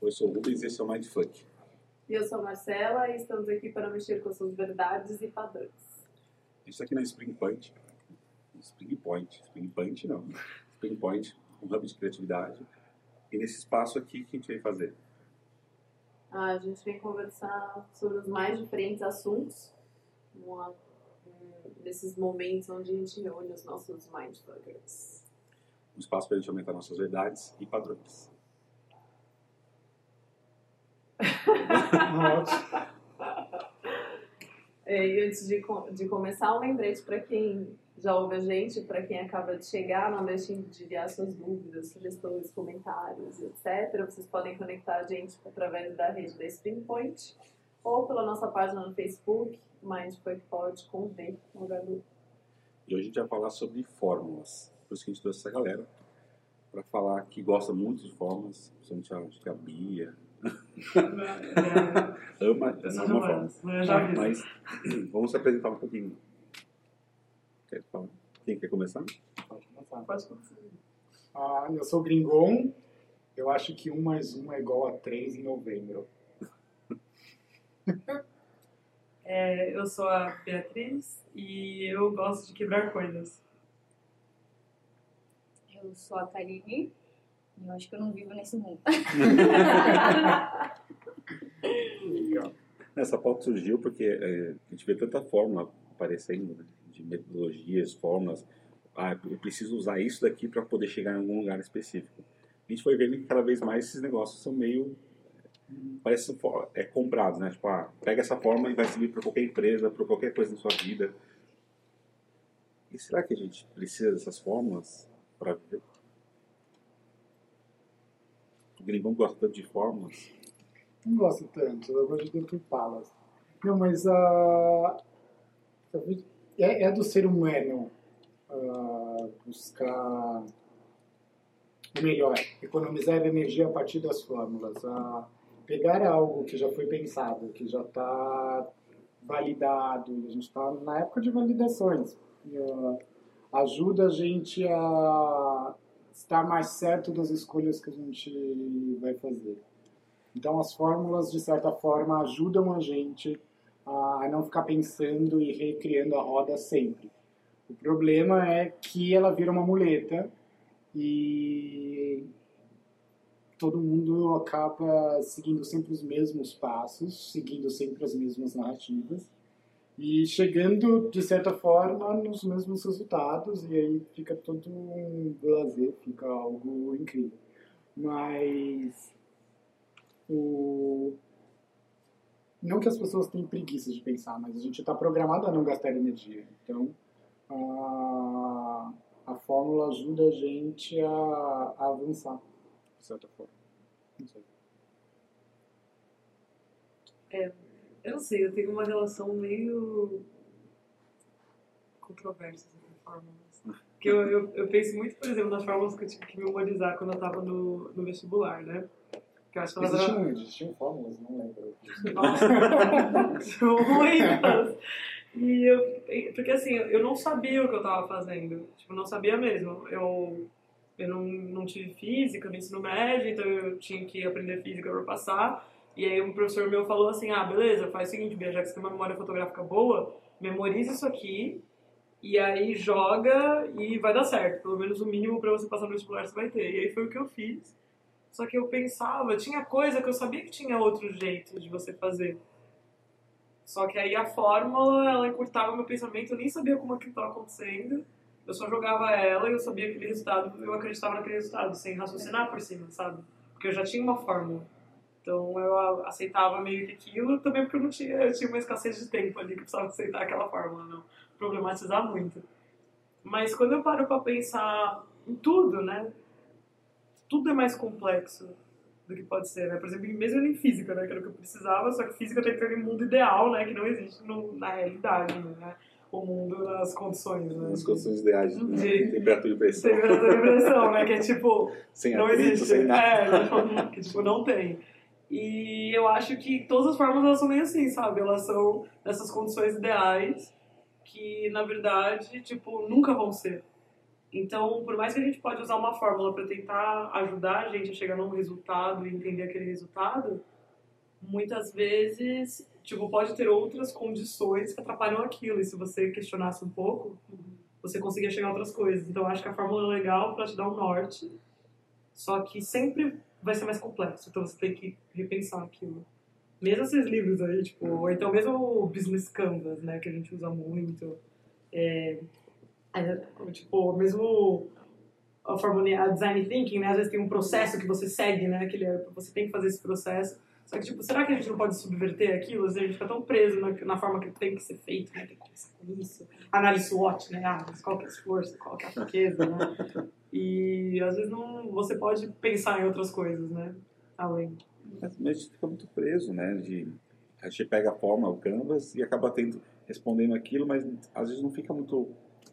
Eu sou o Rubens e esse é o Mindfuck. E eu sou a Marcela e estamos aqui para mexer com suas verdades e padrões. A gente está aqui na Spring Point, um hub de criatividade. E nesse espaço aqui, o que a gente vai fazer? A gente vem conversar sobre os mais diferentes assuntos, nesses momentos onde a gente reúne os nossos Mindfuckers. Um espaço para a gente aumentar nossas verdades e padrões. E antes de começar, um lembrete para quem já ouve a gente, para quem acaba de chegar, não deixem de enviar suas dúvidas, sugestões, comentários, etc. Vocês podem conectar a gente através da rede da Spring Point ou pela nossa página no Facebook, Mindfuck Pod com V no lugar do. E hoje a gente vai falar sobre fórmulas. Por isso que a gente trouxe essa galera para falar que gosta muito de fórmulas, principalmente a Bia. ama fórmulas. Mas vamos se apresentar um pouquinho. Quer falar? Quem quer começar? Pode começar. Eu sou o Gringon. Eu acho que 1 mais 1 é igual a 3 em novembro. Eu sou a Beatriz e eu gosto de quebrar coisas. Eu sou a Karine e eu acho que eu não vivo nesse mundo. Essa pauta surgiu porque a gente vê tanta fórmula aparecendo, né, de metodologias, fórmulas. Eu preciso usar isso daqui para poder chegar em algum lugar específico. A gente foi vendo que cada vez mais esses negócios são meio... parecem comprados, né? Tipo, pega essa fórmula e vai servir para qualquer empresa, para qualquer coisa na sua vida. E será que a gente precisa dessas fórmulas para viver? O Gringão gosta tanto de fórmulas. Não gosto tanto, eu gosto de deturpá-las. Não, mas é do ser humano buscar o melhor, economizar energia a partir das fórmulas, pegar algo que já foi pensado, que já está validado, a gente está na época de validações, ajuda a gente a estar mais certo das escolhas que a gente vai fazer. Então as fórmulas, de certa forma, ajudam a gente a não ficar pensando e recriando a roda sempre. O problema é que ela vira uma muleta e todo mundo acaba seguindo sempre os mesmos passos, seguindo sempre as mesmas narrativas e chegando, de certa forma, nos mesmos resultados, e aí fica todo um blasé, fica algo incrível. Mas não que as pessoas tenham preguiça de pensar, mas a gente está programado a não gastar energia. Então, a fórmula ajuda a gente a avançar, de certa forma. Não sei. Eu não sei, eu tenho uma relação meio controversa com fórmulas. Porque eu penso muito, por exemplo, nas fórmulas que eu tive que memorizar quando eu estava no vestibular, né? Que eu acho que existiam fórmulas, não lembro. Nossa, muitas! Porque assim, eu não sabia o que eu estava fazendo. Tipo, não sabia mesmo. Eu não tive física no ensino médio, então eu tinha que aprender física para passar. E aí um professor meu falou assim, beleza, faz o seguinte, Bia, já que você tem uma memória fotográfica boa, memoriza isso aqui, e aí joga e vai dar certo. Pelo menos o mínimo para você passar no vestibular você vai ter. E aí foi o que eu fiz. Só que eu pensava, tinha coisa que eu sabia que tinha outro jeito de você fazer. Só que aí a fórmula, ela encurtava meu pensamento, eu nem sabia como aquilo estava acontecendo. Eu só jogava ela e eu sabia aquele resultado, eu acreditava naquele resultado, sem raciocinar por cima, sabe? Porque eu já tinha uma fórmula. Então eu aceitava meio que aquilo, também porque eu tinha uma escassez de tempo ali que eu precisava aceitar aquela fórmula, não problematizar muito. Mas quando eu paro pra pensar em tudo, né? Tudo é mais complexo do que pode ser, né? Por exemplo, mesmo em física, né? Que era o que eu precisava, só que física tem aquele mundo ideal, né? Que não existe na realidade, né? O mundo nas condições, né? Nas condições ideais de temperatura e pressão. Temperatura e pressão, né? Que é tipo... sem não atrito, existe. sem nada. Que tipo, não tem. E eu acho que todas as fórmulas elas são meio assim, sabe? Elas são nessas condições ideais que, na verdade, tipo, nunca vão ser. Então, por mais que a gente pode usar uma fórmula para tentar ajudar a gente a chegar num resultado e entender aquele resultado, muitas vezes, tipo, pode ter outras condições que atrapalham aquilo. E se você questionasse um pouco, você conseguia chegar a outras coisas. Então, eu acho que a fórmula é legal para te dar um norte, só que sempre vai ser mais complexo. Então, você tem que repensar aquilo. Mesmo esses livros aí, tipo, ou então mesmo o Business Canvas, né, que a gente usa muito. Tipo, mesmo a fórmula, a Design Thinking, né, às vezes tem um processo que você segue, né, você tem que fazer esse processo. Só que, tipo, será que a gente não pode subverter aquilo? Às vezes a gente fica tão preso na forma que tem que ser feito, né? Tem que começar com isso. Análise SWOT, né? Mas qual que é a força, qual que é a fraqueza, né? E às vezes não, você pode pensar em outras coisas, né? Além. Mas a gente fica muito preso, né? A gente pega a forma, o canvas, e acaba respondendo aquilo, mas às vezes não fica muito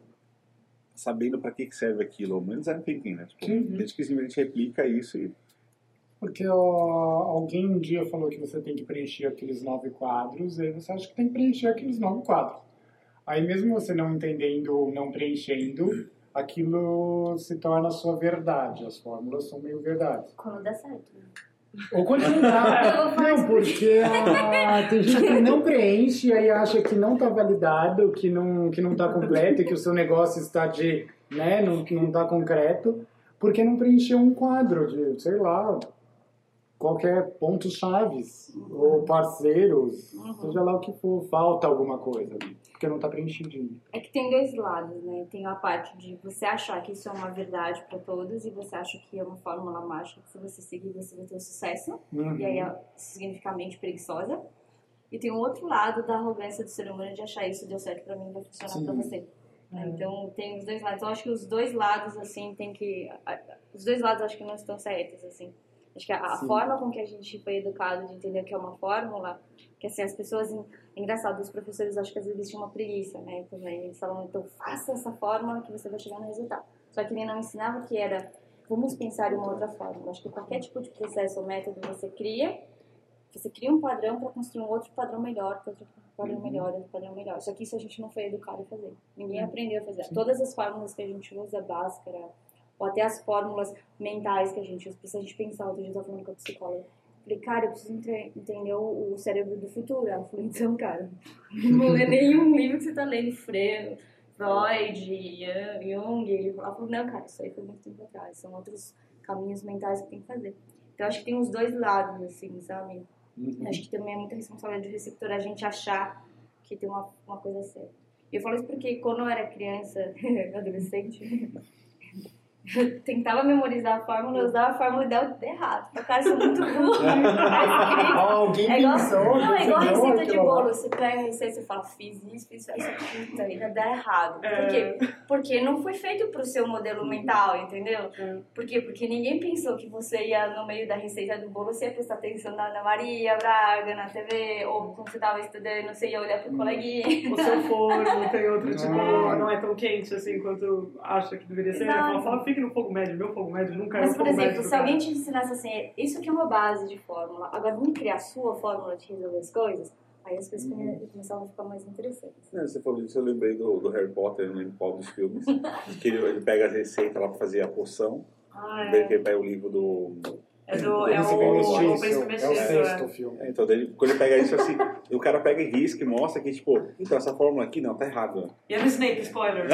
sabendo para que serve aquilo. Ou menos design thinking, né? Tipo, desde que a gente replica isso e... Porque alguém um dia falou que você tem que preencher aqueles 9 quadros, e aí você acha que tem que preencher aqueles 9 quadros. Aí mesmo você não entendendo ou não preenchendo, aquilo se torna a sua verdade. As fórmulas são meio verdades. Quando dá certo. Ou quando não dá. Não, porque tem gente que não preenche e aí acha que não está validado, que não está completo, que o seu negócio está que não está concreto, porque não preencheu um quadro de, sei lá, qualquer pontos-chaves, ou parceiros, seja lá o que for, falta alguma coisa, porque não está preenchido. É que tem dois lados, né? Tem a parte de você achar que isso é uma verdade para todos e você acha que é uma fórmula mágica que se você seguir você vai ter um sucesso, e aí é significativamente preguiçosa. E tem um outro lado da arrogância do ser humano de achar isso deu certo para mim, vai funcionar para você. Então tem os dois lados. Eu acho que os dois lados, assim, os dois lados acho que não estão certos, assim. Acho que a forma com que a gente foi educado de entender que é uma fórmula, que assim, as pessoas, engraçado, os professores acho que às vezes tinham uma preguiça, né? Também eles falavam, então faça essa fórmula que você vai chegar no resultado. Só que ele não ensinava que era, vamos pensar em uma outra fórmula. Acho que qualquer tipo de processo ou método você cria um padrão para construir um outro padrão melhor, outro padrão melhor, outro padrão melhor. Só que isso a gente não foi educado a fazer. Ninguém aprendeu a fazer. Todas as fórmulas que a gente usa, Bhaskara, ou até as fórmulas mentais que a gente usa, precisa a gente pensar. Outro dia eu estava falando com a psicóloga. Falei, cara, eu preciso entender o cérebro do futuro. Ela falou, então, cara, não lê nenhum livro que você está lendo. Freud, Jung. Ela falou, não, cara, isso aí foi muito tempo atrás. São outros caminhos mentais que tem que fazer. Então, acho que tem os dois lados, assim, sabe? Acho que também é muita responsabilidade do receptor a gente achar que tem uma coisa certa. E eu falo isso porque quando eu era criança, adolescente... Eu tentava memorizar a fórmula, eu usava a fórmula e dava errado. Cara, isso é muito burro. Alguém pensou. Não, é igual a receita de bolo. Você pega a receita e fala, fiz isso, puta, ainda dá errado. Por quê? Porque não foi feito pro seu modelo mental, entendeu? Por quê? Porque ninguém pensou que você ia, no meio da receita do bolo, você ia prestar atenção na Maria Braga, na TV, ou quando você tava estudando, você ia olhar pro coleguinha. O seu forno tem outro tipo, não é tão quente assim quanto acha que deveria ser. Fala, fique no fogo médio, meu fogo médio nunca é o fogo médio. Mas, por exemplo, se alguém te ensinasse assim, isso aqui é uma base de fórmula, agora vamos criar a sua fórmula de resolver as coisas, aí as coisas começavam a ficar mais interessantes. Você falou disso, eu lembrei do Harry Potter, não lembro qual dos filmes, que ele pega a receita lá pra fazer a poção, daí que ele pega o livro do... É o Príncipe Mestiço. É o sexto filme. Então, quando ele pega isso assim, o cara pega e risca e mostra que, tipo, então essa fórmula aqui não, tá errado. E é no Snape, spoiler.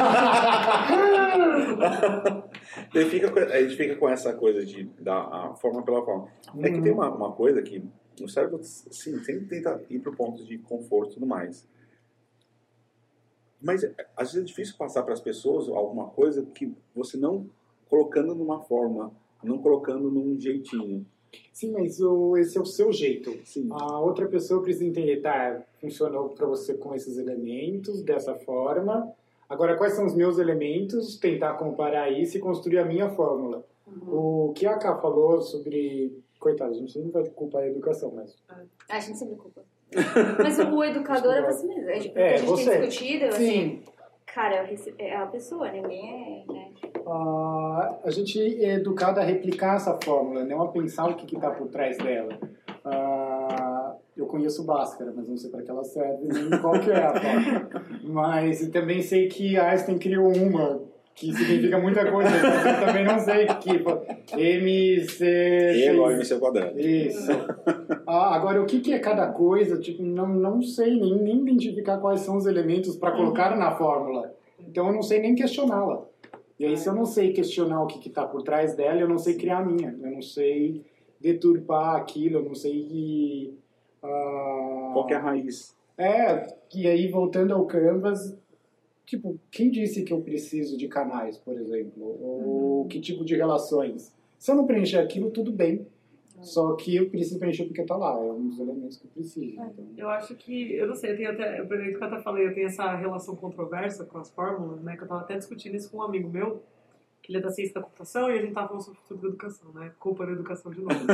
A gente fica com essa coisa de dar a forma pela forma. É que tem uma coisa que o cérebro, sim, sempre tenta ir pro ponto de conforto e tudo mais. Mas às vezes é difícil passar para as pessoas alguma coisa que você não colocando numa forma, não colocando num jeitinho. Sim, mas esse é o seu jeito. Sim. A outra pessoa precisa entender, tá, funcionou para você com esses elementos, dessa forma. Agora, quais são os meus elementos? Tentar comparar isso e construir a minha fórmula. O que a Ká falou sobre... Coitado, a gente não vai culpar a educação, mas... A gente sempre culpa. Mas o educador é você mesmo. A gente tem discutido, assim... Cara, é a pessoa, ninguém é... Né? A gente é educado a replicar essa fórmula, não a pensar o que está por trás dela. Eu conheço Bhaskara, mas não sei para que ela serve, nem qual que é a fórmula. Mas também sei que Einstein criou uma que significa muita coisa, eu também não sei que MC... E igual a MC ao quadrado. Isso. Agora, o que é cada coisa, tipo, não sei nem identificar quais são os elementos para colocar na fórmula. Então, eu não sei nem questioná-la. E aí, se eu não sei questionar o que está por trás dela, eu não sei criar a minha. Eu não sei deturpar aquilo, eu não sei... Qual que é a raiz? E aí, voltando ao Canvas, tipo, quem disse que eu preciso de canais, por exemplo? Ou que tipo de relações? Se eu não preencher aquilo, tudo bem. Só que eu preciso preencher porque tá lá, é um dos elementos que eu preciso. Então. Eu acho que, eu não sei, eu tenho até, por exemplo, que eu até falei, eu tenho essa relação controversa com as fórmulas, né, que eu tava até discutindo isso com um amigo meu, que ele é da ciência da computação, e a gente tava falando sobre o futuro da educação, né, culpa da educação de novo.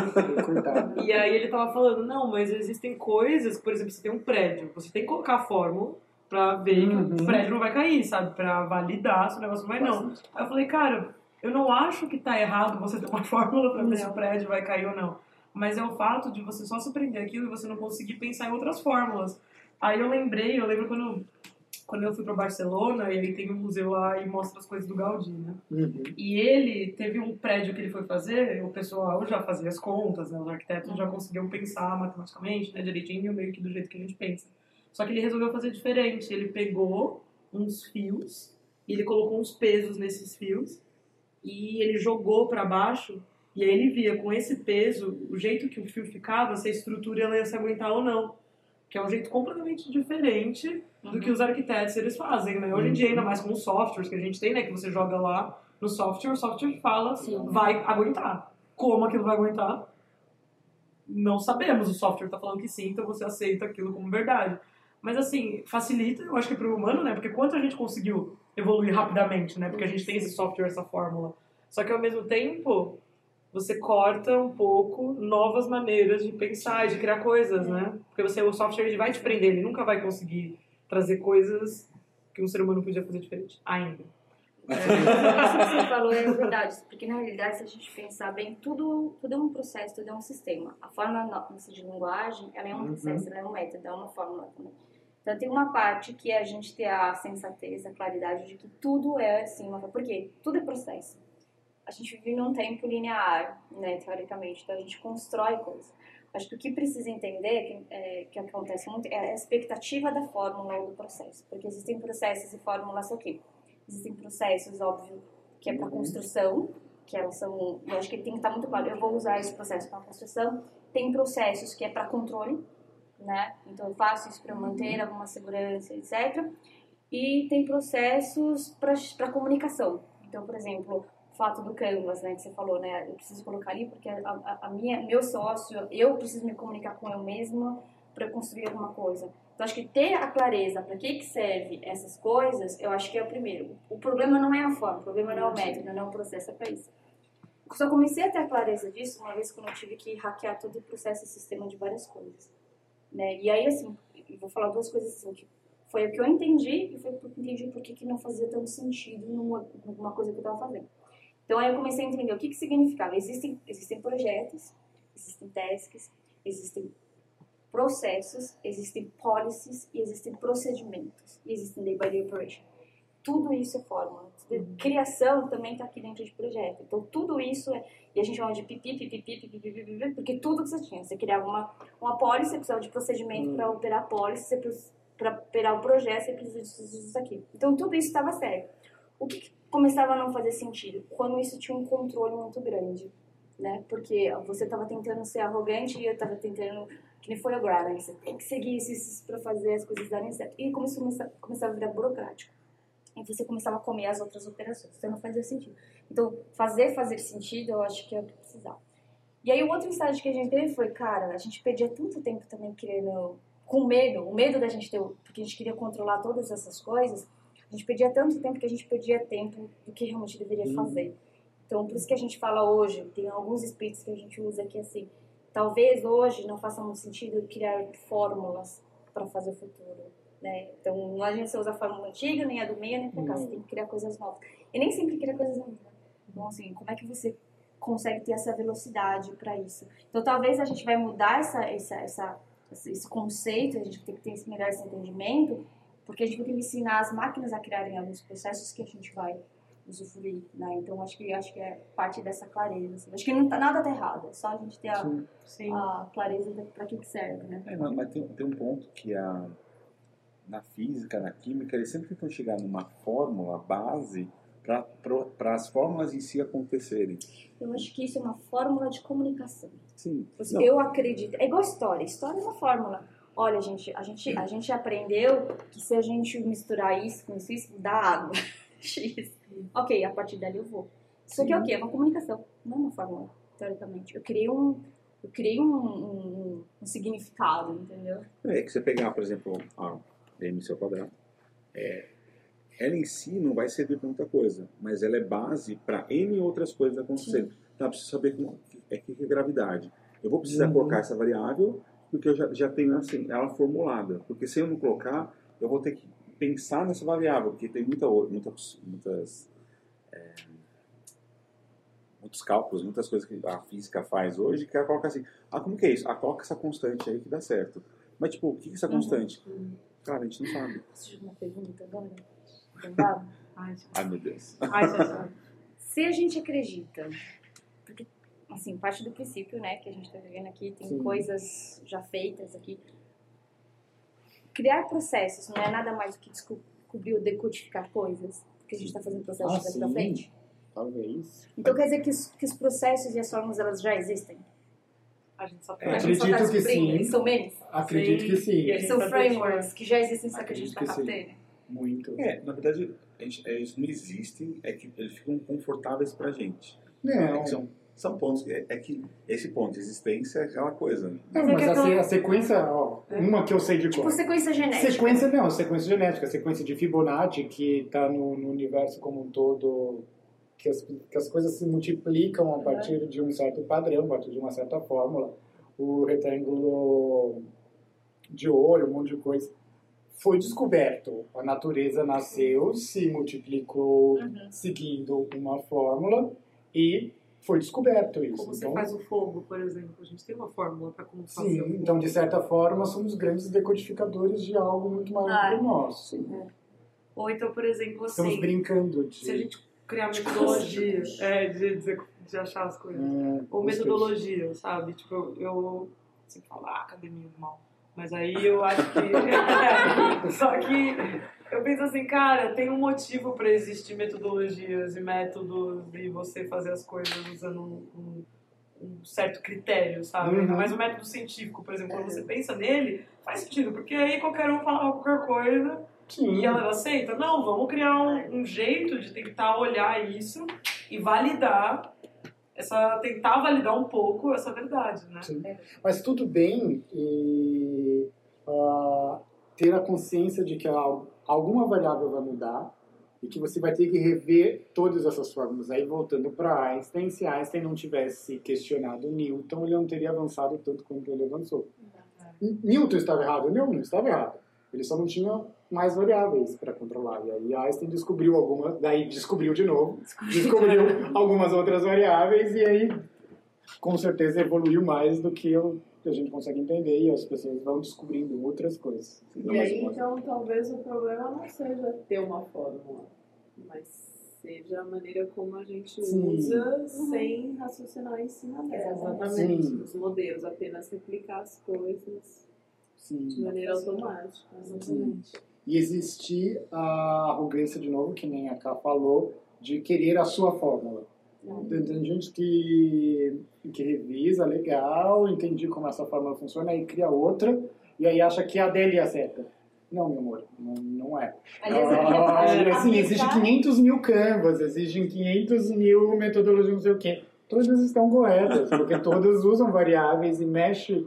E aí ele tava falando, não, mas existem coisas, por exemplo, você tem um prédio, você tem que colocar a fórmula pra ver que o prédio não vai cair, sabe, pra validar se o negócio não vai não. Aí eu falei, cara... Eu não acho que tá errado você ter uma fórmula para ver se o prédio vai cair ou não. Mas é o fato de você só se prender aquilo e você não conseguir pensar em outras fórmulas. Aí eu lembro quando eu fui para Barcelona, e aí tem um museu lá e mostra as coisas do Gaudí, né? E ele teve um prédio que ele foi fazer, o pessoal já fazia as contas, né? Os arquitetos já conseguiam pensar matematicamente, né? Direitinho, meio que do jeito que a gente pensa. Só que ele resolveu fazer diferente. Ele pegou uns fios e ele colocou uns pesos nesses fios e ele jogou para baixo, e aí ele via com esse peso, o jeito que o fio ficava, se a estrutura ela ia se aguentar ou não. Que é um jeito completamente diferente do que os arquitetos eles fazem, né? Hoje em dia, ainda mais com os softwares que a gente tem, né? Que você joga lá no software, o software fala, vai aguentar. Como aquilo vai aguentar? Não sabemos, o software tá falando que sim, então você aceita aquilo como verdade. Mas assim, facilita, eu acho que pro humano, né? Porque quanto a gente conseguiu evoluir rapidamente, né? Porque a gente tem esse software, essa fórmula. Só que ao mesmo tempo, você corta um pouco novas maneiras de pensar, de criar coisas, né? Porque o software ele vai te prender, ele nunca vai conseguir trazer coisas que um ser humano podia fazer diferente, ainda. Isso que você falou é verdade, porque na realidade, se a gente pensar bem, tudo é um processo, tudo é um sistema. A forma nossa de linguagem, ela é um processo, ela é um método, é uma fórmula também. Então, tem uma parte que é a gente ter a sensatez, a claridade de que tudo é assim, porque tudo é processo. A gente vive num tempo linear, né, teoricamente, então a gente constrói coisas. Acho que o que precisa entender, que acontece muito, é a expectativa da fórmula ou do processo. Porque existem processos e fórmulas aqui. Existem processos, óbvio, que é para construção, que elas são, eu acho que tem que estar muito claro, eu vou usar esse processo para construção. Tem processos que é para controle, né? Então eu faço isso para manter alguma segurança, etc. E tem processos para comunicação. Então, por exemplo, o fato do Canvas, né, que você falou, né? Eu preciso colocar ali porque meu sócio, eu preciso me comunicar com eu mesma para construir alguma coisa. Então, acho que ter a clareza para que serve essas coisas, eu acho que é o primeiro. O problema não é a forma, o problema não é o método, não é o processo, é para isso. Eu só comecei a ter a clareza disso uma vez quando eu tive que hackear todo o processo e sistema de várias coisas. Né? E aí, assim, eu vou falar duas coisas assim, que foi o que eu entendi e foi o que eu entendi por que não fazia tanto sentido numa coisa que eu estava fazendo. Então, aí eu comecei a entender o que significava. Existem projetos, existem tasks, existem processos, existem policies e existem procedimentos. E existem day by day operation. Tudo isso é fórmula. Criação também está aqui dentro de projeto. Então, tudo isso e a gente chama de pipi, porque tudo que você tinha. Você criava uma policy, você precisava de procedimento para operar a policy, para operar o projeto, você precisa disso aqui. Então, tudo isso estava sério. O que começava a não fazer sentido? Quando isso tinha um controle muito grande. Né? Porque você estava tentando ser arrogante e eu estava tentando... Que nem foi agora, né? Você tem que seguir isso para fazer as coisas darem certo. E começava a virar burocrático. E você começava a comer as outras operações. Então não fazia sentido. Então, fazer sentido, eu acho que é o que precisava. E aí o outro estágio que a gente teve foi, cara, a gente perdia tanto tempo também querendo... Com medo, o medo da gente ter... Porque a gente queria controlar todas essas coisas. A gente perdia tanto tempo que a gente perdia tempo do que realmente deveria fazer. Então, por isso que a gente fala hoje, tem alguns espíritos que a gente usa que assim... Talvez hoje não faça muito sentido criar fórmulas para fazer o futuro, né? Então, não adianta você usar a fórmula antiga, nem a do meio, nem para cá. Você tem que criar coisas novas. E nem sempre criar coisas novas. Então, assim, como é que você consegue ter essa velocidade para isso? Então, talvez a gente vai mudar esse conceito, a gente tem que ter melhor esse entendimento, porque a gente vai ter que ensinar as máquinas a criarem alguns processos que a gente vai usufruir, né? Então acho que é parte dessa clareza, assim. Acho que não tá, nada tá errado, é só a gente ter a clareza para que serve, né? Mas tem um ponto que na física, na química, eles sempre tentam chegar numa fórmula base para as fórmulas em si acontecerem. Eu acho que isso é uma fórmula de comunicação. Sim. Eu acredito. É igual história. História é uma fórmula. Olha, gente, a gente aprendeu que se a gente misturar isso com isso, dá água. X. Ok, a partir dali eu vou. Isso aqui é o quê? É uma comunicação. Não é uma fórmula, teoricamente. Eu criei um significado, entendeu? É que você pegar, por exemplo, a MC ao quadrado, ela em si não vai servir para muita coisa, mas ela é base para N outras coisas acontecerem. Então, eu preciso saber o que é gravidade. Eu vou precisar colocar essa variável, porque eu já tenho assim, ela formulada. Porque se eu não colocar, eu vou ter que pensar nessa variável, porque tem muitos cálculos, muitas coisas que a física faz hoje, que ela coloca assim, como que é isso? Coloca essa constante aí que dá certo. Mas, tipo, o que é essa constante? Cara, a gente não sabe. Você uma pergunta agora? Ai, meu Deus. Se a gente acredita, porque, assim, parte do princípio, né, que a gente está vivendo aqui, tem coisas já feitas aqui. Criar processos não é nada mais do que descobrir ou decodificar coisas, porque a gente está fazendo processos daqui pra frente. Talvez. Então quer dizer que os processos e as formas, elas já existem? A gente só Acredito que sim. Eles são memes? Acredito que sim. Eles são frameworks que já existem, só que a gente está captando. Muito. Na verdade, eles não existem, é que eles ficam confortáveis pra gente. Não. São pontos, que esse ponto de existência é aquela coisa. Né? Não, mas a sequência, uma que eu sei de tipo qual. Sequência genética. Sequência genética, sequência de Fibonacci, que está no universo como um todo, que as coisas se multiplicam a partir de um certo padrão, a partir de uma certa fórmula. O retângulo de ouro, um monte de coisa. Foi descoberto. A natureza nasceu, se multiplicou seguindo uma fórmula e foi descoberto isso. Como você faz o fogo, por exemplo. A gente tem uma fórmula para como fazer o fogo. Então, de certa forma, somos grandes decodificadores de algo muito maior que o nosso. Ou então, por exemplo, assim... Estamos brincando de... Se a gente criar metodologia de achar as coisas. Ou metodologia, sabe? Tipo, eu sempre falo, academia do mal. Mas aí eu acho que... Só que eu penso assim, cara, tem um motivo para existir metodologias e métodos e você fazer as coisas usando um certo critério, sabe? Mas o método científico, por exemplo, quando você pensa nele, faz sentido, porque aí qualquer um fala qualquer coisa e ela aceita. Não, vamos criar um jeito de tentar olhar isso e validar tentar validar um pouco essa verdade, né? Sim. Mas tudo bem e ter a consciência de que alguma variável vai mudar e que você vai ter que rever todas essas fórmulas. Aí voltando para Einstein, se Einstein não tivesse questionado Newton, ele não teria avançado tanto quanto ele avançou. Newton estava errado? Não estava errado. Ele só não tinha mais variáveis para controlar. E aí Einstein descobriu algumas, daí descobriu de novo, descobriu algumas outras variáveis e aí com certeza evoluiu mais do que a gente consegue entender e as pessoas vão descobrindo outras coisas. E aí, então, talvez o problema não seja ter uma fórmula, mas seja a maneira como a gente usa sem raciocinar em cima dela. Exatamente. Os modelos, apenas replicar as coisas de maneira automática. Exatamente. E existir a arrogância, de novo, que nem a Ká falou, de querer a sua fórmula. Tem gente que revisa, legal, entendi como essa fórmula funciona, aí cria outra, e aí acha que a dele acerta. Não, meu amor, não é. Assim, exige 500 mil canvas, exigem 500 mil metodologias, não sei o quê. Todas estão corretas, porque todas usam variáveis e mexe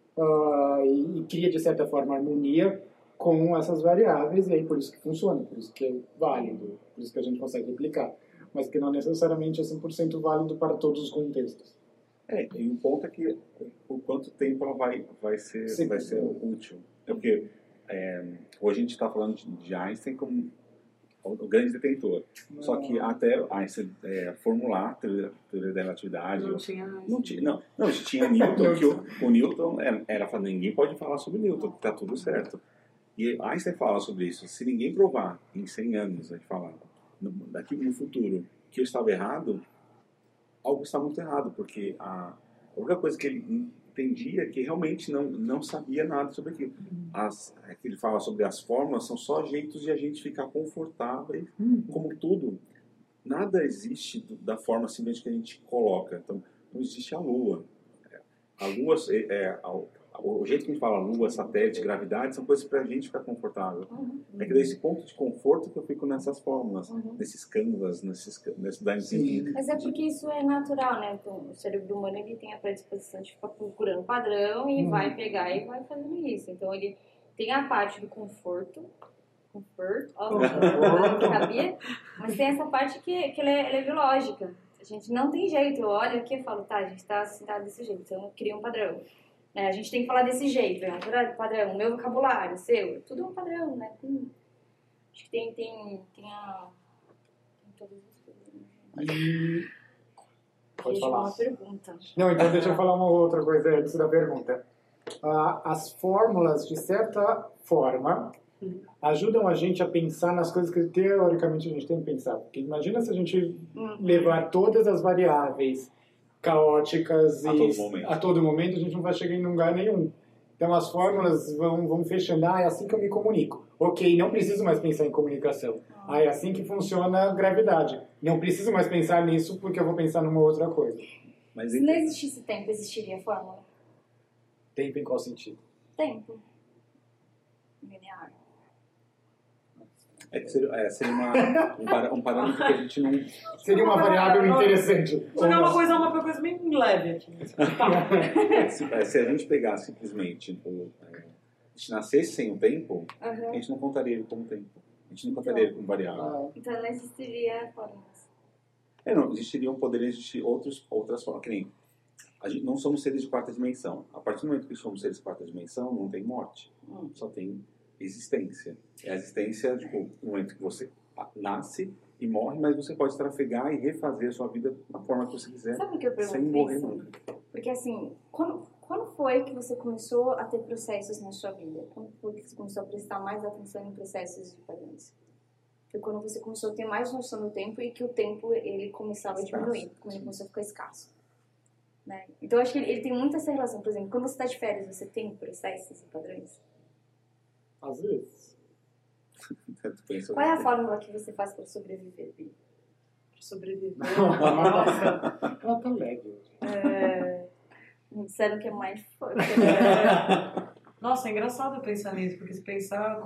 e cria, de certa forma, harmonia com essas variáveis, e aí por isso que funciona, por isso que é válido, por isso que a gente consegue replicar. Mas que não necessariamente é 100% válido para todos os contextos. E o ponto é que por quanto tempo ela vai ser útil. Porque hoje a gente está falando de Einstein como o grande detentor. Só que até Einstein formular a teoria da relatividade... Não tinha tinha Newton, que o Newton era falando, ninguém pode falar sobre Newton, está tudo certo. E Einstein fala sobre isso. Se ninguém provar em 100 anos, a gente fala, daqui no futuro, que eu estava errado, algo está muito errado, porque a única coisa que ele entendia é que realmente não sabia nada sobre aquilo. Que ele fala sobre as formas são só jeitos de a gente ficar confortável, como tudo. Nada existe da forma simplesmente que a gente coloca. Então, não existe a Lua. A Lua, o jeito que a gente fala Lua, satélite, gravidade, são coisas para a gente ficar confortável. É que desse ponto de conforto que eu fico nessas fórmulas, nesses canvas, nesse design thinking. Mas é porque isso é natural, né? Então, o cérebro humano ele tem a predisposição de ficar procurando padrão e vai pegar e vai fazendo isso. Então, ele tem a parte do conforto, que sabia, mas tem essa parte que ela é biológica. A gente não tem jeito. Eu olho aqui e falo, tá, a gente está sentado desse jeito, então eu crio um padrão. A gente tem que falar desse jeito, é um padrão. O meu vocabulário, o seu, tudo é um padrão, né? Acho que tem todas as coisas. Pode falar. Uma pergunta. Não, então deixa eu falar uma outra coisa antes da pergunta. As fórmulas, de certa forma, ajudam a gente a pensar nas coisas que teoricamente a gente tem que pensar. Porque imagina se a gente levar todas as variáveis caóticas a todo momento, a gente não vai chegar em lugar nenhum. Então as fórmulas vão fechando. É assim que eu me comunico. Ok, não preciso mais pensar em comunicação. É assim que funciona a gravidade. Não preciso mais pensar nisso porque eu vou pensar numa outra coisa. Mas se não existisse tempo, existiria a fórmula? Tempo em qual sentido? Tempo. Linear. É que seria um parâmetro que a gente não... Seria uma variável interessante. Só que é uma coisa bem leve aqui. Se a gente pegar simplesmente, a gente nascesse sem o tempo, a gente não contaria ele como tempo. A gente não contaria ele como variável. Então não existiria fórmulas. Não, poderiam existir outras formas. Que nem, a gente não somos seres de quarta dimensão. A partir do momento que somos seres de quarta dimensão, não tem morte. Só tem existência. É a existência, tipo, no momento que você nasce e morre, mas você pode trafegar e refazer a sua vida da forma que você quiser. Sabe o que eu pergunto sem morrer isso? nunca. Porque assim, quando foi que você começou a ter processos na sua vida? Quando foi que você começou a prestar mais atenção em processos de padrões? Foi quando você começou a ter mais noção do tempo e que o tempo ele começava a diminuir, quando ele começou a ficar escasso. Né? Então eu acho que ele tem muito essa relação. Por exemplo, quando você está de férias, você tem processos e padrões? Às vezes. Qual é a fórmula que você faz para sobreviver, Bi? Sobreviver. Nossa, ela tá leve. Me disseram que é mindfuck. Nossa, é engraçado pensar nisso, porque se pensar,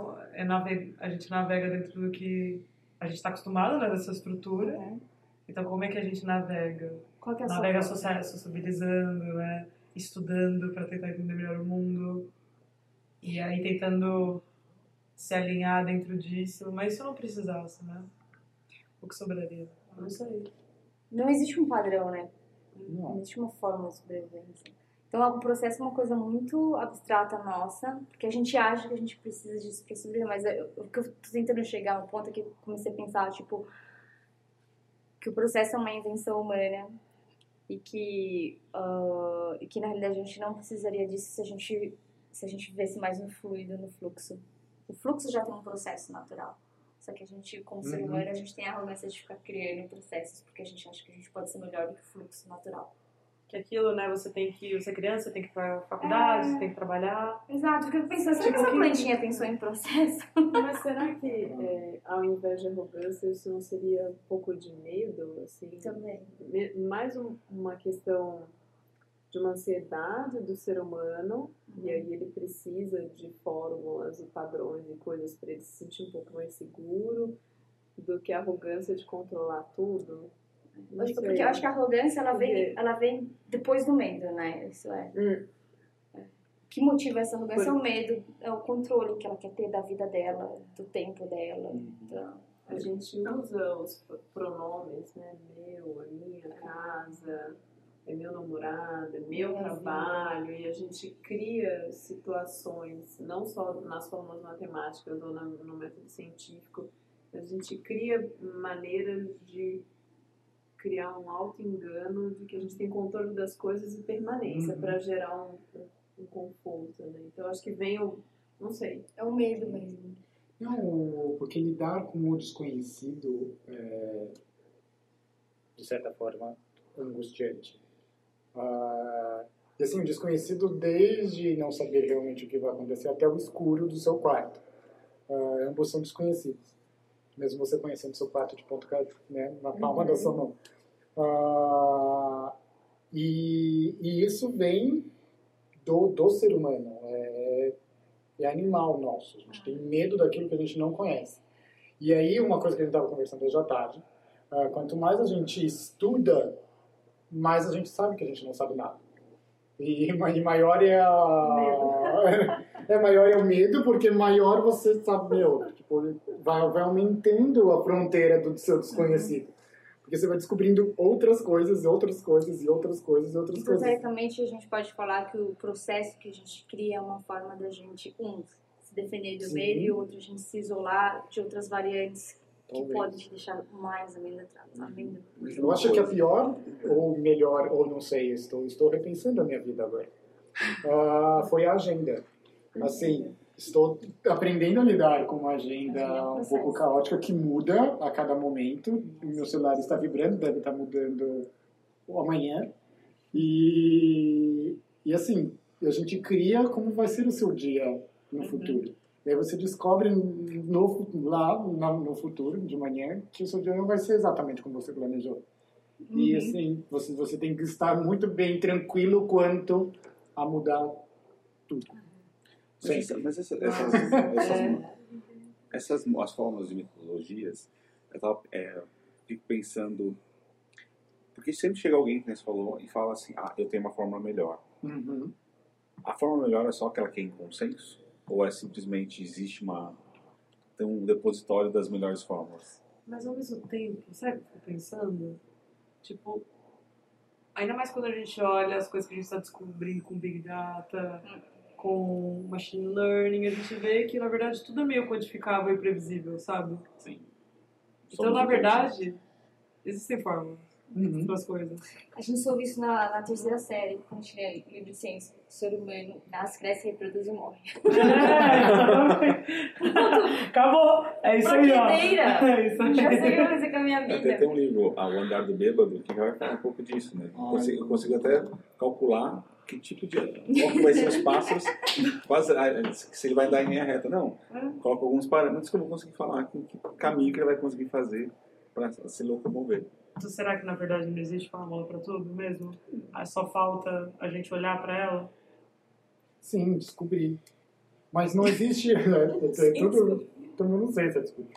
a gente navega dentro do que a gente está acostumado, né, dessa estrutura. Então, como é que a gente navega? Qual que é a navega sociabilizando, né, estudando para tentar entender melhor o mundo. E aí tentando se alinhar dentro disso. Mas se eu não precisasse, né? O que sobraria? Eu não sei. Não existe um padrão, né? Não. Existe uma forma de sobrevivência. Então, o processo é uma coisa muito abstrata nossa, porque a gente acha que a gente precisa disso para sobreviver, mas o que eu tô tentando chegar no ponto é que eu comecei a pensar, tipo, que o processo é uma invenção humana e que na realidade a gente não precisaria disso se a gente vivesse mais no fluido, no fluxo. O fluxo já tem um processo natural. Só que a gente, como ser humano, a gente tem a arrogância de ficar criando processos, porque a gente acha que a gente pode ser melhor do que o fluxo natural. Que aquilo, né, você é criança, você tem que ir pra faculdade, você tem que trabalhar. Exato, porque eu pensei, será que essa plantinha pensou em processo? Mas será que, ao invés de arrogância, isso não seria um pouco de medo, assim? Também. Mais uma questão de uma ansiedade do ser humano, e aí ele precisa de fórmulas e padrões e coisas para ele se sentir um pouco mais seguro, do que a arrogância de controlar tudo. Porque eu acho que a arrogância ela vem depois do medo, né? Isso é. O que motiva essa arrogância é o medo, é o controle que ela quer ter da vida dela, do tempo dela. Então, a gente usa os pronomes, né? Meu, a minha casa, é meu namorado, é meu trabalho, e a gente cria situações, não só nas fórmulas matemáticas ou no método científico, a gente cria maneiras de criar um auto-engano de que a gente tem controle das coisas e permanência para gerar um conforto, né? Então acho que vem não sei. É o medo mesmo. Não, porque lidar com o desconhecido de certa forma, angustiante. E assim, o desconhecido desde não saber realmente o que vai acontecer até o escuro do seu quarto. Ambos são desconhecidos. Mesmo você conhecendo seu quarto de ponta, né, na palma da sua mão. E isso vem do ser humano. É animal nosso. A gente tem medo daquilo que a gente não conhece. E aí, uma coisa que a gente estava conversando hoje à tarde, quanto mais a gente estuda, mais a gente sabe que a gente não sabe nada. E maior é maior é o medo, porque maior você sabe, tipo, vai aumentando a fronteira do seu desconhecido. Porque você vai descobrindo outras coisas, outras coisas, e outras coisas, e outras coisas. Teoricamente, a gente pode falar que o processo que a gente cria é uma forma da gente, se defender do medo, e outro, a gente se isolar de outras variantes que podem te deixar mais amedrantado. Eu acho que a pior, ou melhor, ou não sei, estou repensando a minha vida agora, foi a agenda. Assim, estou aprendendo a lidar com uma agenda um pouco caótica que muda a cada momento. O meu celular está vibrando, deve estar mudando amanhã. E assim, a gente cria como vai ser o seu dia no futuro. E aí você descobre no futuro, de manhã, que o seu dia não vai ser exatamente como você planejou. E assim, você tem que estar muito bem tranquilo quanto a mudar tudo. Mas essas as formas de metodologias, eu fico pensando, porque sempre chega alguém que você falou e fala assim, eu tenho uma fórmula melhor. A fórmula melhor é só aquela que é em consenso? Ou é simplesmente tem um depositório das melhores fórmulas? Mas ao mesmo tempo, sabe o que eu fico pensando? Tipo, ainda mais quando a gente olha as coisas que a gente está descobrindo com Big Data, com Machine Learning, a gente vê que, na verdade, tudo é meio quantificável e previsível, sabe? Sim. Então, na verdade, existem fórmulas para as coisas. A gente soube isso na terceira série, quando a gente lê livro de ciência. O ser humano nasce, cresce, reproduz e morre. Acabou! É isso aí, ó. É isso aí. Já sei o que vai fazer com a minha vida. Até tem um livro, O Andar do Bêbado, que vai falar um pouco disso, né? Eu consigo até calcular que tipo de... qual que vai ser os passos, se ele vai andar em linha reta. Não, coloco alguns parâmetros que eu vou conseguir falar, que caminho que ele vai conseguir fazer para se locomover. Então, será que, na verdade, não existe fórmula para tudo mesmo? Só falta a gente olhar para ela? Sim, descobri. Mas não existe... Então eu não sei se é descobrir.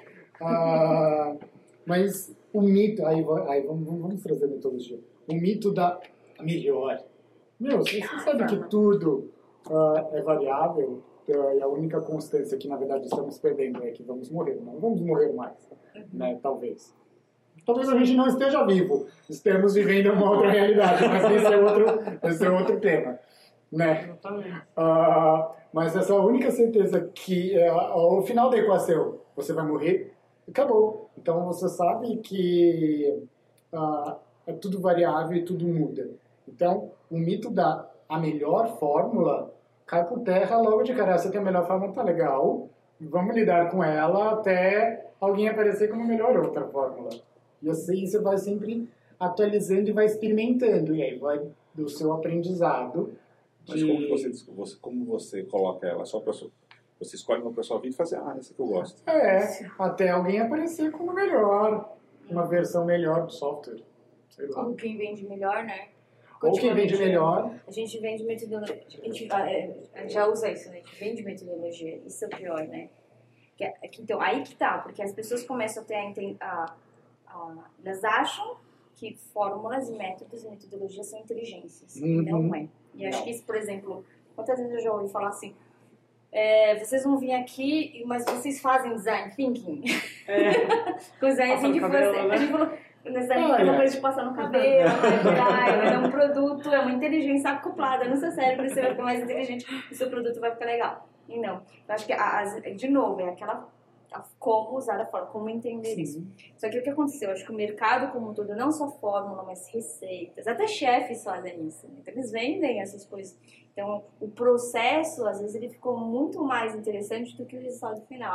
Mas o mito... Aí vamos trazer a metodologia. O mito da melhor. Você sabe que tudo é variável, e a única constância que, na verdade, estamos perdendo é que vamos morrer. Não vamos morrer mais, né? Talvez. Talvez a gente não esteja vivo. Estamos vivendo uma outra realidade, mas esse é outro tema, né? Mas essa única certeza que ao final da equação você vai morrer, acabou. Então você sabe que é tudo variável e tudo muda. Então, o mito a melhor fórmula cai por terra logo de cara. Você tem a melhor fórmula, tá legal. Vamos lidar com ela até alguém aparecer com uma melhor outra fórmula. E assim você vai sempre atualizando e vai experimentando. E aí vai do seu aprendizado. Mas como você coloca ela só para você escolhe uma para sua vida e faz essa que eu gosto. Até alguém aparecer com uma melhor, uma versão melhor do software. Sei lá. Ou quem vende melhor, né? Ou quem vende melhor. A gente vende metodologia. A gente já usa isso, né? A gente vende metodologia. Isso é o pior, né? Então, aí que tá. Porque as pessoas começam a ter elas acham que fórmulas e métodos e metodologias são inteligências. E não é. E acho que isso, por exemplo... Quantas vezes eu já ouvi falar assim... vocês vão vir aqui, mas vocês fazem design thinking? Com design thinking a gente falou... É uma coisa de passar no cabelo, é um produto, é uma inteligência acoplada no seu cérebro, você vai ficar mais inteligente, o seu produto vai ficar legal. E não, eu acho que, de novo, é como usar a fórmula, como entender isso. Só que o que aconteceu? Eu acho que o mercado como um todo, não só fórmula, mas receitas, até chefes fazem isso, né? Então eles vendem essas coisas. Então o processo, às vezes, ele ficou muito mais interessante do que o resultado final.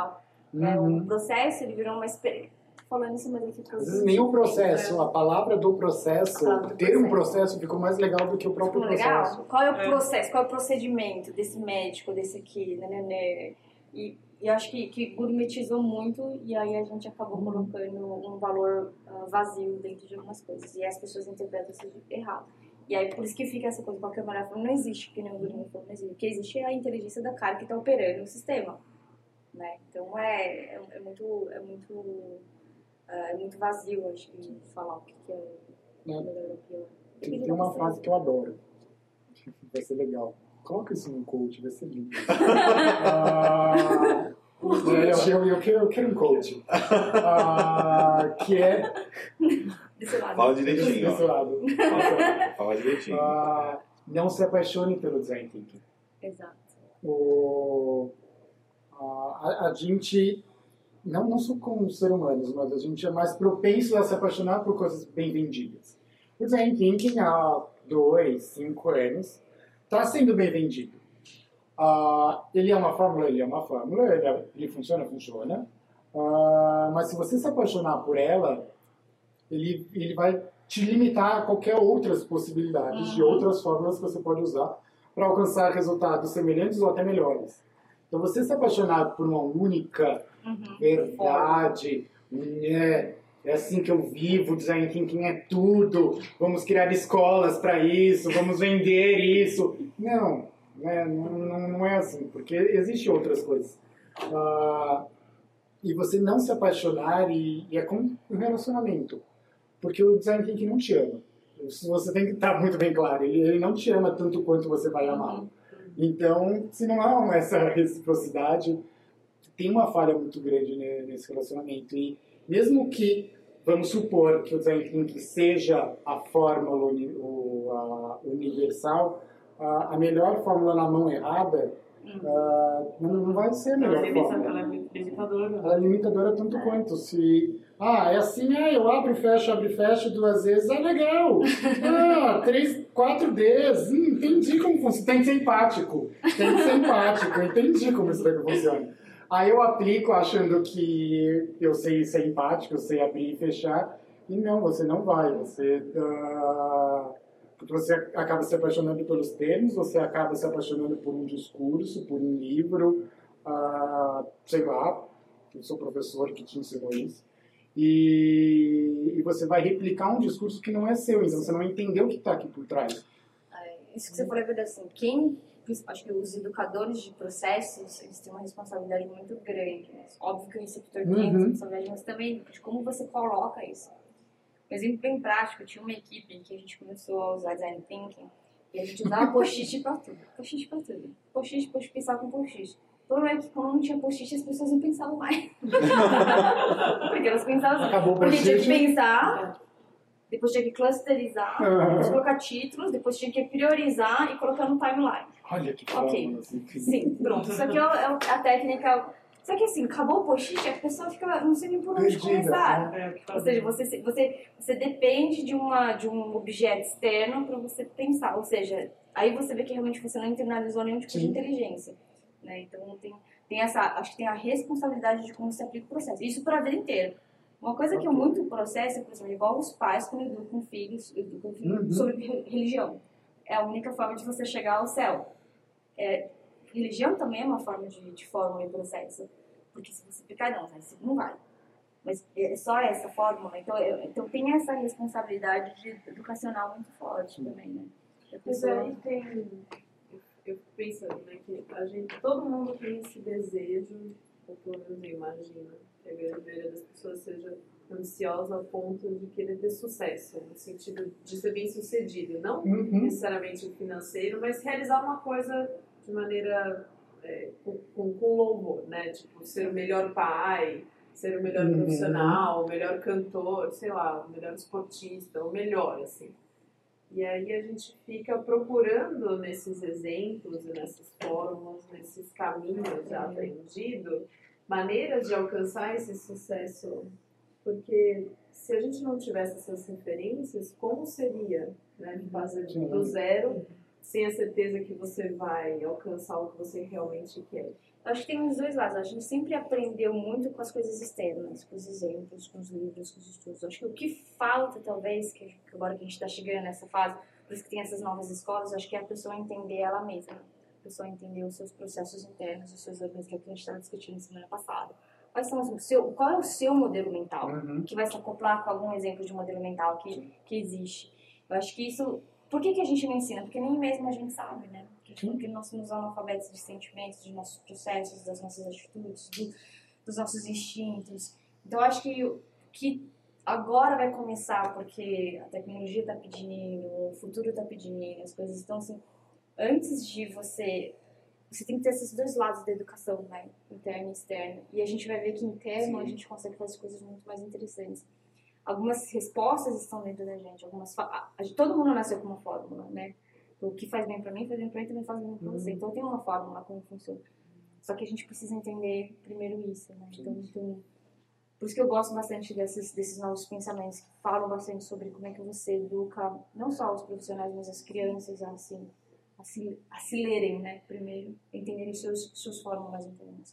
O processo, ele virou uma experiência. Falando isso, mas aqui às vezes nem o processo, a palavra do processo, ter um processo ficou mais legal do que o próprio processo. Legal? Qual é o processo, qual é o procedimento desse médico, desse aqui, né? E eu acho que gourmetizou muito e aí a gente acabou colocando um valor vazio dentro de algumas coisas e as pessoas interpretam isso errado. E aí por isso que fica essa coisa, qualquer mulher falando, não existe, que nem o Bruno falou, não existe. O que existe é a inteligência da cara que está operando o sistema, né? Então é muito vazio, acho que falar o que é melhor ou pior. Tem uma frase que eu adoro, vai ser legal. Coloca isso no coach, vai ser lindo. Eu quero um coach. Que é... Desse lado. Fala direitinho. Desse lado. Fala direitinho. Não se apaixone pelo design thinking. Exato. A gente, não só como ser humanos, mas a gente é mais propenso a se apaixonar por coisas bem vendidas. O design thinking há 2, 5 anos está sendo bem vendido. Ele é uma fórmula, ele funciona. Mas se você se apaixonar por ela, ele vai te limitar a qualquer outras possibilidades de outras fórmulas que você pode usar para alcançar resultados semelhantes ou até melhores. Então, você se apaixonar por uma única verdade, é assim que eu vivo, design thinking é tudo, vamos criar escolas para isso, vamos vender isso. Não é assim, porque existem outras coisas. E você não se apaixonar e é como um relacionamento, porque o design thinking não te ama. Você tem que estar muito bem claro, ele não te ama tanto quanto você vai amá-lo. Então, se não há essa reciprocidade, tem uma falha muito grande nesse relacionamento. E mesmo que, vamos supor que o design thinking seja a fórmula universal, a melhor fórmula na mão errada não vai ser a melhor fórmula. Ela é muito limitadora. Ela é limitadora tanto quanto. Se é assim, eu abro e fecho 2 vezes, legal. 3, 4 Ds, entendi como funciona. Tem que ser empático, entendi como isso daqui funciona. Aí eu aplico achando que eu sei ser empático, eu sei abrir e fechar, e não, você não vai. Porque você acaba se apaixonando pelos termos, você acaba se apaixonando por um discurso, por um livro, sei lá, eu sou professor que te ensinou isso, e você vai replicar um discurso que não é seu, então você não entendeu o que está aqui por trás. Isso que você falou é verdade, assim, acho que os educadores de processos, eles têm uma responsabilidade muito grande, né? Óbvio que o receptor tem responsabilidade, mas também de como você coloca isso. Um exemplo bem prático, tinha uma equipe em que a gente começou a usar design thinking e a gente usava post-it pra tudo. Post-it, pensava com post-it. O problema é que quando não tinha post-it, as pessoas não pensavam mais. Porque elas pensavam assim. Acabou o porque post-it. tinha que pensar, depois tinha que clusterizar, depois colocar títulos, depois tinha que priorizar e colocar no timeline. Olha que Ok, assim. sim, pronto. Isso aqui é a técnica. Só que assim, acabou o post-it, a pessoa fica, não sei nem por onde começar. Ou seja, você depende de um objeto externo para você pensar. Ou seja, aí você vê que realmente você não internalizou nenhum tipo de inteligência. Né? Então acho que tem a responsabilidade de como você aplica o processo. Isso para a vida inteira. Uma coisa que eu muito processo, por exemplo, igual os pais quando educam filhos sobre religião. É a única forma de você chegar ao céu. Religião também é uma forma de fórmula e processo. Porque se você explicar, não vai. Mas é só essa fórmula. Então tem essa responsabilidade educacional muito forte também, né? Mas aí eu fico pensando, né, que todo mundo tem esse desejo, ou pelo menos eu imagino, que a grande maioria das pessoas seja ambiciosa ao ponto de querer ter sucesso, no sentido de ser bem sucedido. Não necessariamente financeiro, mas realizar uma coisa de maneira com louvor, né? Tipo, ser o melhor pai, ser o melhor profissional, o melhor cantor, sei lá, o melhor esportista, o melhor, assim. E aí a gente fica procurando nesses exemplos, nessas fórmulas, nesses caminhos já aprendidos, maneiras de alcançar esse sucesso. Porque se a gente não tivesse essas referências, como seria, né? De fazer do zero, sem a certeza que você vai alcançar o que você realmente quer? Eu acho que tem os dois lados. A gente sempre aprendeu muito com as coisas externas, com os exemplos, com os livros, com os estudos. Eu acho que o que falta, talvez, que agora que a gente está chegando nessa fase, por isso que tem essas novas escolas, acho que é a pessoa entender ela mesma. A pessoa entender os seus processos internos, os seus organismos, que é o que a gente estava discutindo semana passada. Qual é o seu modelo mental? Que vai se acoplar com algum exemplo de modelo mental que existe. Eu acho que isso... Por que a gente não ensina? Porque nem mesmo a gente sabe, né? Porque nós somos analfabetos de sentimentos, de nossos processos, das nossas atitudes, dos nossos instintos. Então, eu acho que agora vai começar, porque a tecnologia está pedindo, o futuro está pedindo, as coisas estão assim... Antes de você tem que ter esses dois lados da educação, né? Interno e externo. E a gente vai ver que interno a gente consegue fazer coisas muito mais interessantes. Algumas respostas estão dentro da gente. Todo mundo nasceu com uma fórmula, né? O que faz bem pra mim, também faz bem pra você. Então tem uma fórmula como funciona. Só que a gente precisa entender primeiro isso, né? Então, por isso que eu gosto bastante desses novos pensamentos que falam bastante sobre como é que você educa não só os profissionais, mas as crianças a se lerem, né? Primeiro, entenderem suas fórmulas internas.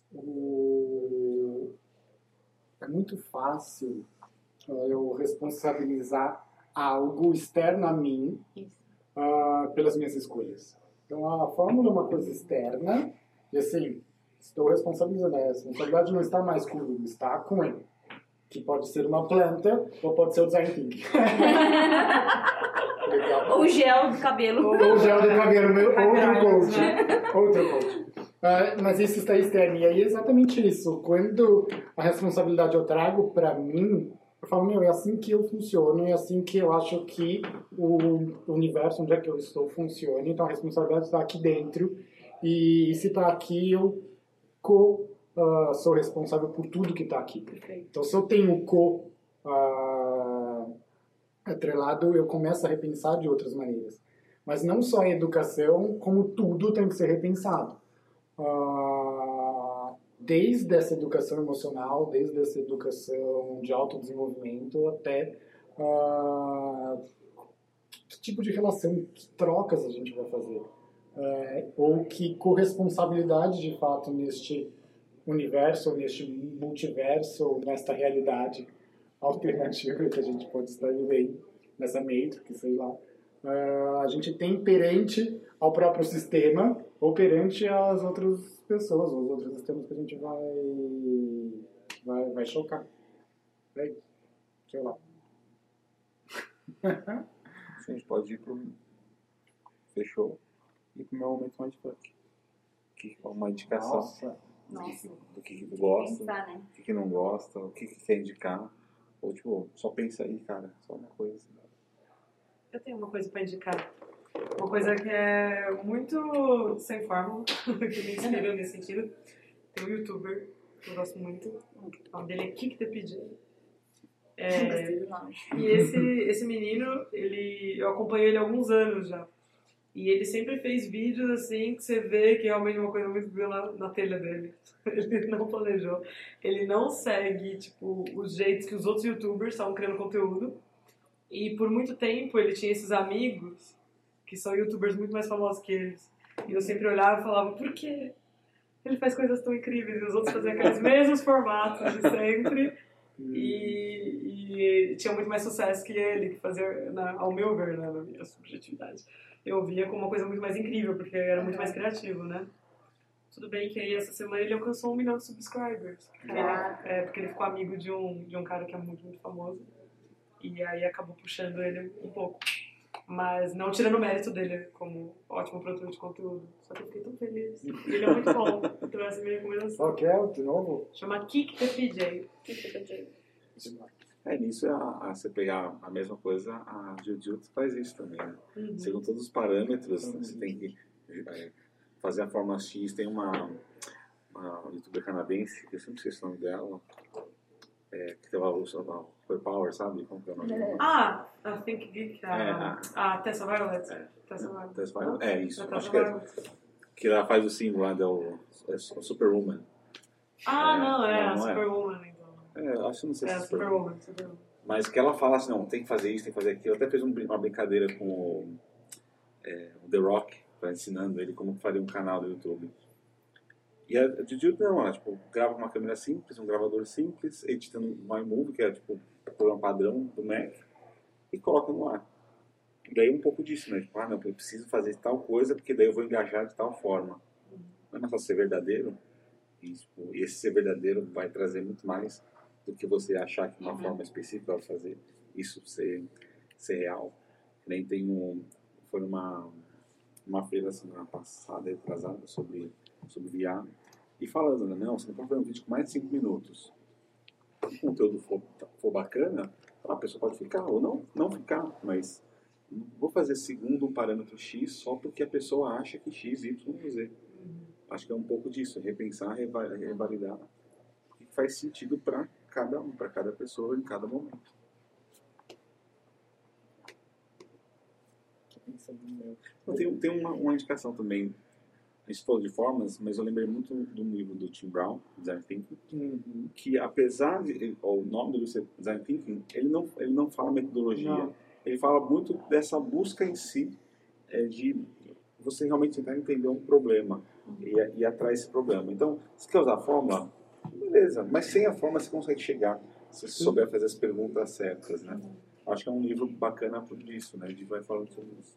É muito fácil eu responsabilizar algo externo a mim pelas minhas escolhas. Então, a fórmula é uma coisa externa e, assim, estou responsabilizando. A responsabilidade não está mais comigo, está com ele. Que pode ser uma planta ou pode ser o design thinking. Ou o gel do cabelo. Ou o gel do cabelo, outro coach. Mas isso está externo. E aí é exatamente isso. Quando a responsabilidade eu trago para mim, eu falo, é assim que eu funciono, é assim que eu acho que o universo onde é que eu estou funciona. Então a responsabilidade está aqui dentro. E se está aqui, eu sou responsável por tudo que está aqui. Perfeito. Então se eu tenho atrelado, eu começo a repensar de outras maneiras. Mas não só a educação, como tudo tem que ser repensado. Desde essa educação emocional, desde essa educação de autodesenvolvimento, até que tipo de relação, que trocas a gente vai fazer. Ou que corresponsabilidade, de fato, neste universo, ou neste multiverso, ou nesta realidade alternativa que a gente pode estar vivendo, nessa Matrix, sei lá, a gente tem perante ao próprio sistema ou perante as outras pessoas, os outros sistemas que a gente vai chocar. É isso. Sei lá. A gente pode ir pro... Fechou. E pro meu momento mindfuck. Que é uma indicação. Nossa. Do que gosta, Pensar, né? do que não gosta, o que quer indicar. Ou tipo, só pensa aí, cara. Só uma coisa assim. Eu tenho uma coisa pra indicar. Uma coisa que é muito sem fórmula, que me inspira nesse sentido. Tem um youtuber que eu gosto muito. O nome dele é Kick the PJ. E esse menino, eu acompanho ele há alguns anos já. E ele sempre fez vídeos assim que você vê que realmente é uma coisa muito boa na telha dele. Ele não planejou. Ele não segue, tipo, os jeitos que os outros youtubers estavam criando conteúdo. E por muito tempo ele tinha esses amigos que são youtubers muito mais famosos que eles. E eu sempre olhava e falava, por quê? Ele faz coisas tão incríveis e os outros faziam aqueles mesmos formatos de sempre. E tinha muito mais sucesso que ele, que fazia, ao meu ver, né, na minha subjetividade. Eu via como uma coisa muito mais incrível, porque era muito mais criativo, né? Tudo bem que aí essa semana ele alcançou 1 milhão de subscribers. Porque ele ficou amigo de um cara que é muito, muito famoso. E aí acabou puxando ele um pouco. Mas não tirando o mérito dele como ótimo produtor de conteúdo. Só que eu fiquei tão feliz. Ele é muito bom. Então essa é a minha recomendação. Qual que é, de novo? Chama Kick the PJ. Nisso, você pegar a mesma coisa, a Jiu-Jitsu faz isso também, né? Segundo todos os parâmetros, você tem que fazer a forma X. Tem uma youtuber canadense, que eu sempre esqueci o nome dela, que tem o Power, sabe? Como que é o nome dela? A Think Geek, a Tessa Violet. Tessa Violet, isso. Acho que que ela faz o símbolo lá, é Superwoman. Não é a não Superwoman, então. Acho que não sei se é a Superwoman. Mas que ela fala assim, não, tem que fazer isso, tem que fazer aquilo. Até fez uma brincadeira com o The Rock, ensinando ele como faria um canal do YouTube. E a Juju não, ela tipo, grava com uma câmera simples, um gravador simples, editando no iMovie, que é tipo o programa padrão do Mac, e coloca no ar. E daí um pouco disso, né? Tipo, não, eu preciso fazer tal coisa, porque daí eu vou engajar de tal forma. Não é mais só ser verdadeiro. E tipo, esse ser verdadeiro vai trazer muito mais do que você achar que uma forma específica vai fazer isso ser real. Nem tem foi uma feira semana passada, atrasada, sobre VR, e falando, né, não, você não pode fazer um vídeo com mais de 5 minutos. Se o conteúdo for bacana, a pessoa pode ficar ou não ficar, mas não vou fazer segundo um parâmetro X só porque a pessoa acha que X, Y, Z. Acho que é um pouco disso, repensar, revalidar o que faz sentido para cada um, para cada pessoa em cada momento. Tem uma indicação também. A gente falou de formas, mas eu lembrei muito do livro do Tim Brown, Design Thinking, que apesar de o nome do livro ser Design Thinking, ele não fala metodologia. Não. Ele fala muito dessa busca em si, de você realmente tentar entender um problema e ir atrás desse problema. Então, se quer usar a fórmula, beleza, mas sem a fórmula você consegue chegar, se você souber fazer as perguntas certas, né? Acho que é um livro bacana por isso, né? A gente vai falando sobre isso.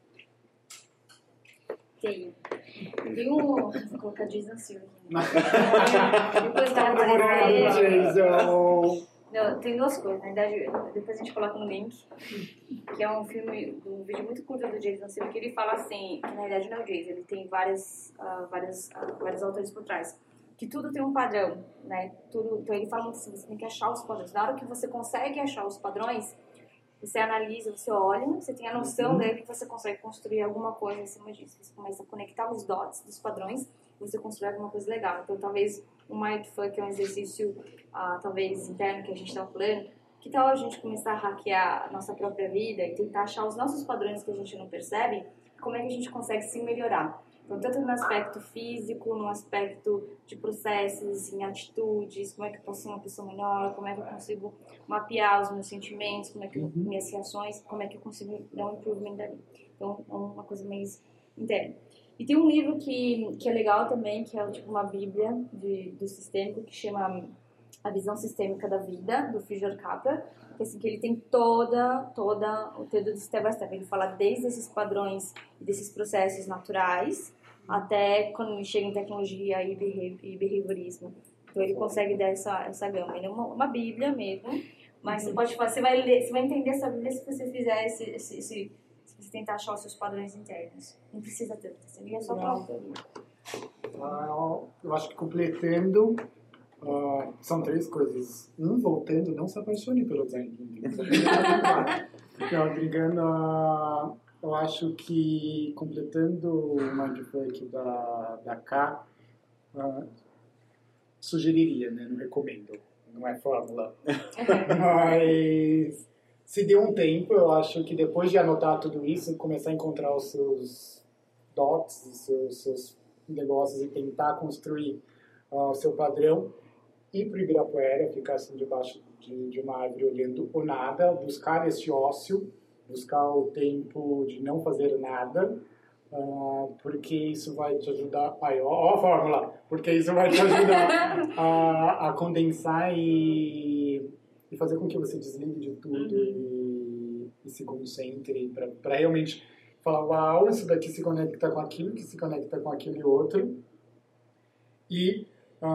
Tem vou colocar Jason Silva aqui. Depois vai aparecer. Não, tem duas coisas, na verdade, depois a gente coloca no link, que é um vídeo muito curto do Jason Silva, que ele fala assim, que na verdade não é o Jason, ele tem vários autores por trás, que tudo tem um padrão, né? Então ele fala muito assim, você tem que achar os padrões. Na hora que você consegue achar os padrões, você analisa, você olha, você tem a noção dele que você consegue construir alguma coisa em cima disso. Você começa a conectar os dots dos padrões e você constrói alguma coisa legal. Então, talvez o Mindfuck é um exercício, talvez interno que a gente está falando. Que tal a gente começar a hackear a nossa própria vida e tentar achar os nossos padrões que a gente não percebe? Como é que a gente consegue se melhorar? Então, tanto no aspecto físico, no aspecto de processos, em atitudes, como é que eu posso ser uma pessoa melhor, como é que eu consigo mapear os meus sentimentos, como é que minhas reações, como é que eu consigo dar um improvement dali. Então, é uma coisa mais interna. E tem um livro que é legal também, que é tipo uma bíblia do sistêmico, que chama A Visão Sistêmica da Vida, do Friedrich Capra, que, assim, que ele tem toda o teor do step by step. Ele fala desde esses padrões e desses processos naturais, até quando ele chega em tecnologia e behaviorismo. Então ele consegue dar essa gama. Ele é uma bíblia mesmo, mas você vai ler, você vai entender essa bíblia se você fizer se você tentar achar os seus padrões internos. Não precisa tanto, você liga só para eu acho que completando, são três coisas. Voltando, não se apaixone pelo design thinking. Não, brincando, eu acho que completando o Mindfuck da K, sugeriria, né? Não recomendo, não é fórmula. Mas se deu um tempo, eu acho que depois de anotar tudo isso, começar a encontrar os seus dots, os seus negócios e tentar construir o seu padrão, ir para o Ibirapuera, ficar assim debaixo de uma árvore olhando o nada, buscar esse ócio, buscar o tempo de não fazer nada, porque isso vai te ajudar. Ó a fórmula! Porque isso vai te ajudar a condensar e fazer com que você desligue de tudo e se concentre para realmente falar: uau, isso daqui se conecta com aquilo, que se conecta com aquele outro. E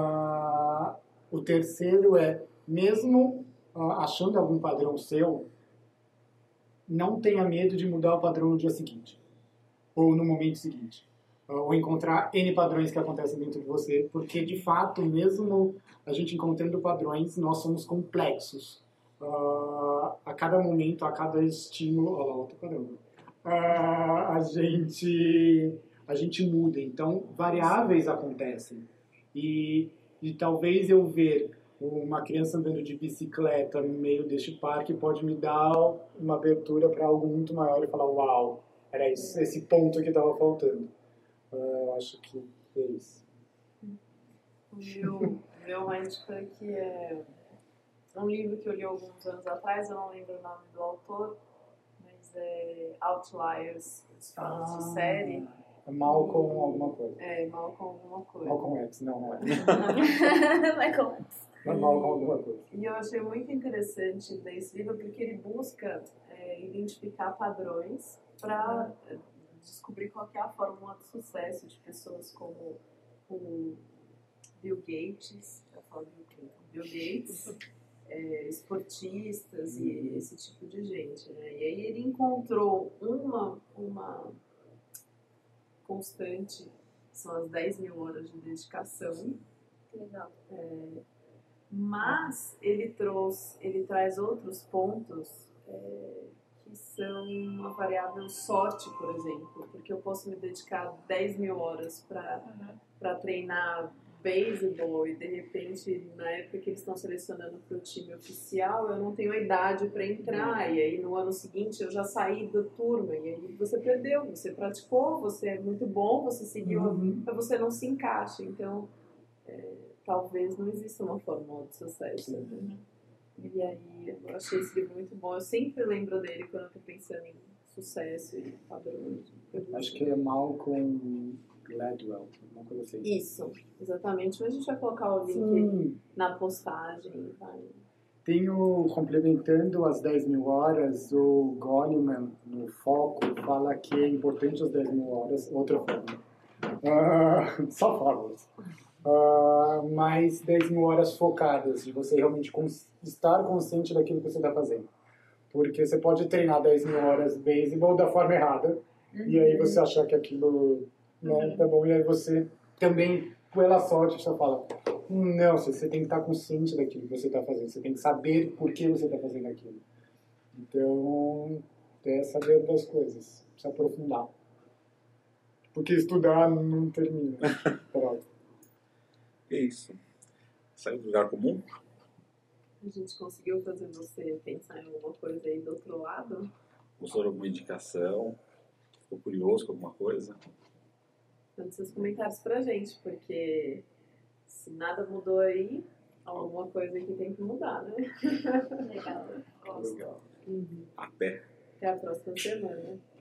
o terceiro é, mesmo achando algum padrão seu, não tenha medo de mudar o padrão no dia seguinte, ou no momento seguinte, ou encontrar N padrões que acontecem dentro de você, porque, de fato, mesmo a gente encontrando padrões, nós somos complexos. A cada momento, a cada estímulo... Olha lá, outro padrão. A gente muda, então variáveis acontecem. E talvez eu ver uma criança andando de bicicleta no meio deste parque pode me dar uma abertura para algo muito maior e falar: uau, era esse ponto que estava faltando. Eu acho que é isso. O meu Mindfuck é um livro que eu li alguns anos atrás, eu não lembro o nome do autor, mas é Outliers, os fãs de série. Mal com alguma coisa. Mal com alguma coisa. Mal com X, não é. Michael. Não é mal com alguma coisa. E eu achei muito interessante desse livro porque ele busca identificar padrões para descobrir qual que é a fórmula de sucesso de pessoas como o Bill Gates, Bill Gates, esportistas e esse tipo de gente, né? E aí ele encontrou uma constante, são as 10 mil horas de dedicação. Legal. Mas ele traz outros pontos que são uma variável sorte, por exemplo, porque eu posso me dedicar 10 mil horas para treinar beisebol e de repente na época que eles estão selecionando para o time oficial eu não tenho a idade para entrar e aí no ano seguinte eu já saí da turma e aí você perdeu, você praticou, você é muito bom, você seguiu, mas você não se encaixa, então talvez não exista uma fórmula de sucesso. Né? E aí eu achei esse livro muito bom, eu sempre lembro dele quando eu tô pensando em sucesso e padrões. Acho que é Malcolm Gladwell, uma coisa assim. Isso, exatamente. Mas a gente vai colocar o link na postagem. Tem complementando as 10 mil horas, o Goleman, no Foco, fala que é importante as 10 mil horas, outra forma. Só fórmulas. Mais 10 mil horas focadas, de você realmente estar consciente daquilo que você está fazendo. Porque você pode treinar 10 mil horas beisebol da forma errada, e aí você achar que aquilo tá bom, e aí você também, pela sorte, você fala, não, você tem que estar consciente daquilo que você está fazendo, você tem que saber por que você está fazendo aquilo. Então, é saber das coisas, se aprofundar. Porque estudar não termina. Pronto. É isso. Saiu do lugar comum? A gente conseguiu fazer você pensar em alguma coisa aí do outro lado? Gostou de alguma indicação? Ficou curioso com alguma coisa? Mande seus comentários pra gente, porque se nada mudou aí, alguma coisa aqui tem que mudar, né? Legal. Legal. Até. Até a próxima semana.